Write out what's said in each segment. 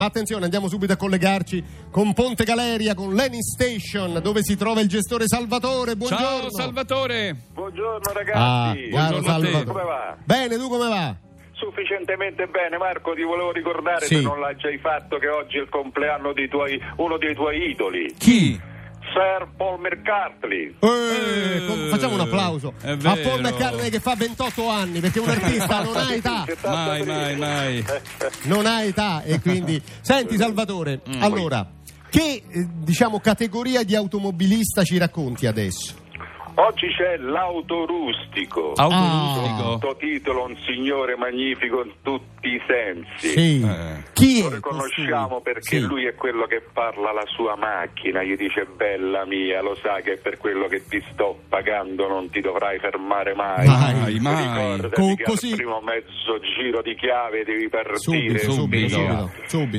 Attenzione, andiamo subito a collegarci con Ponte Galeria, con Lenin Station, dove si trova il gestore Salvatore. Buongiorno. Ciao Salvatore. Buongiorno ragazzi. Buongiorno Salvatore. Come va? Bene, tu come va? Sufficientemente bene. Marco, ti volevo ricordare, Sì. se non l'hai già fatto, che oggi è il compleanno di uno dei tuoi idoli, Chi? Sir Paul McCartney. Facciamo un applauso È a vero. Paul McCartney, che fa 28 anni, perché un artista non ha età. Mai. Non ha età, e quindi senti Salvatore, allora che diciamo categoria di automobilista ci racconti adesso? Oggi c'è l'autorustico. Autorustico. Sottotitolo: un signore magnifico in tutti i sensi. Sì. Eh. Chi Lo è riconosciamo costui? perché Sì. lui è quello che parla alla sua macchina, gli dice: bella mia, lo sai che per quello che ti sto pagando non ti dovrai fermare mai. Mai. Ricordati che Così. al primo mezzo giro di chiave devi partire. Subito,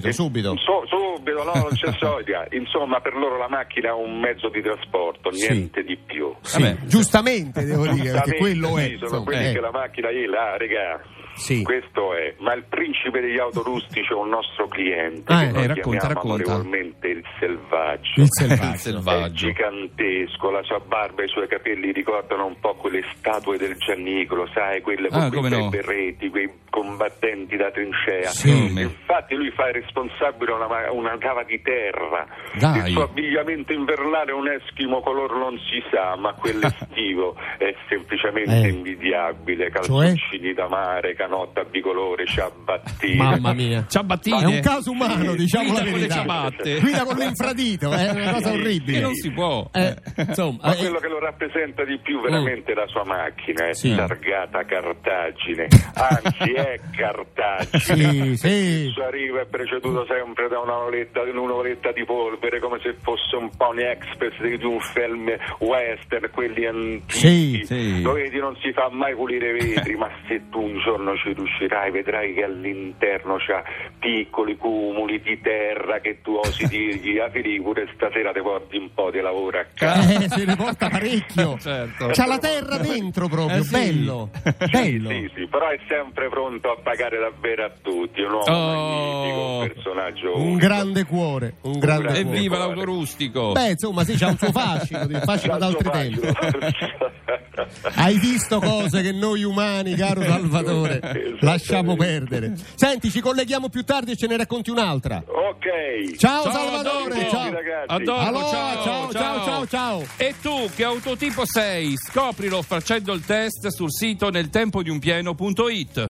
Subito, no, non c'è storia. Insomma, per loro la macchina è un mezzo di trasporto, niente di più. Sì, Vabbè. giustamente devo dire, perché Giustamente, quello è. sì, sono insomma, quelli che la macchina gli là, regà. Sì. Questo è, ma il principe degli autorustici è un nostro cliente, Ah, che noi racconta. chiamiamo amorevolmente il selvaggio. Il Il selvaggio. È selvaggio. gigantesco, la sua barba e i suoi capelli ricordano un po' quelle statue del Giannicolo, sai, quelle con quei come no. berretti, quei combattenti da trincea. Sì. Infatti lui fa il responsabile una cava di terra. Dai. Il suo abbigliamento invernale è un eschimo color non si sa, ma quello estivo è semplicemente invidiabile. Calzoncini da mare, canotta bicolore, ciabattine. Mamma mia. Ciabattine. È un caso umano, diciamo la Guida con le verità. ciabatte. Guida con l'infradito, è una cosa orribile. Che non si può. Insomma, Ma quello che lo rappresenta di più veramente è la sua macchina, è Sì. targata Cartagine, anzi è Cartagine. Sì, sì. Il suo arrivo è preceduto sempre da un'oletta di polvere, come se fosse un Pony Express di un film western, quelli antichi. Sì. Lo vedi, non si fa mai pulire i vetri, ma se tu un giorno ci riuscirai, vedrai che all'interno c'ha piccoli cumuli di terra che tu osi dirgli: a pure stasera ti porti un po' di lavoro a casa. Se ne porta parecchio. Certo. C'ha la terra dentro proprio, Sì. bello. Bello. Sì, però è sempre pronto a pagare davvero a tutti, un uomo magnifico, un personaggio Un unico. grande cuore, un grande cuore. Evviva l'autorustico. Beh, insomma, sì, c'ha un suo fascino, il fascino d'altri tempi. Hai visto cose che noi umani, caro Salvatore, lasciamo perdere. Senti, ci colleghiamo più tardi e ce ne racconti un'altra. Ok. Ciao, Ciao, Salvatore, adoro. ciao. Ragazzi. Adoro, Allora, ciao. E tu che autotipo sei? Scoprilo facendo il test sul sito neltempodiunpieno.it.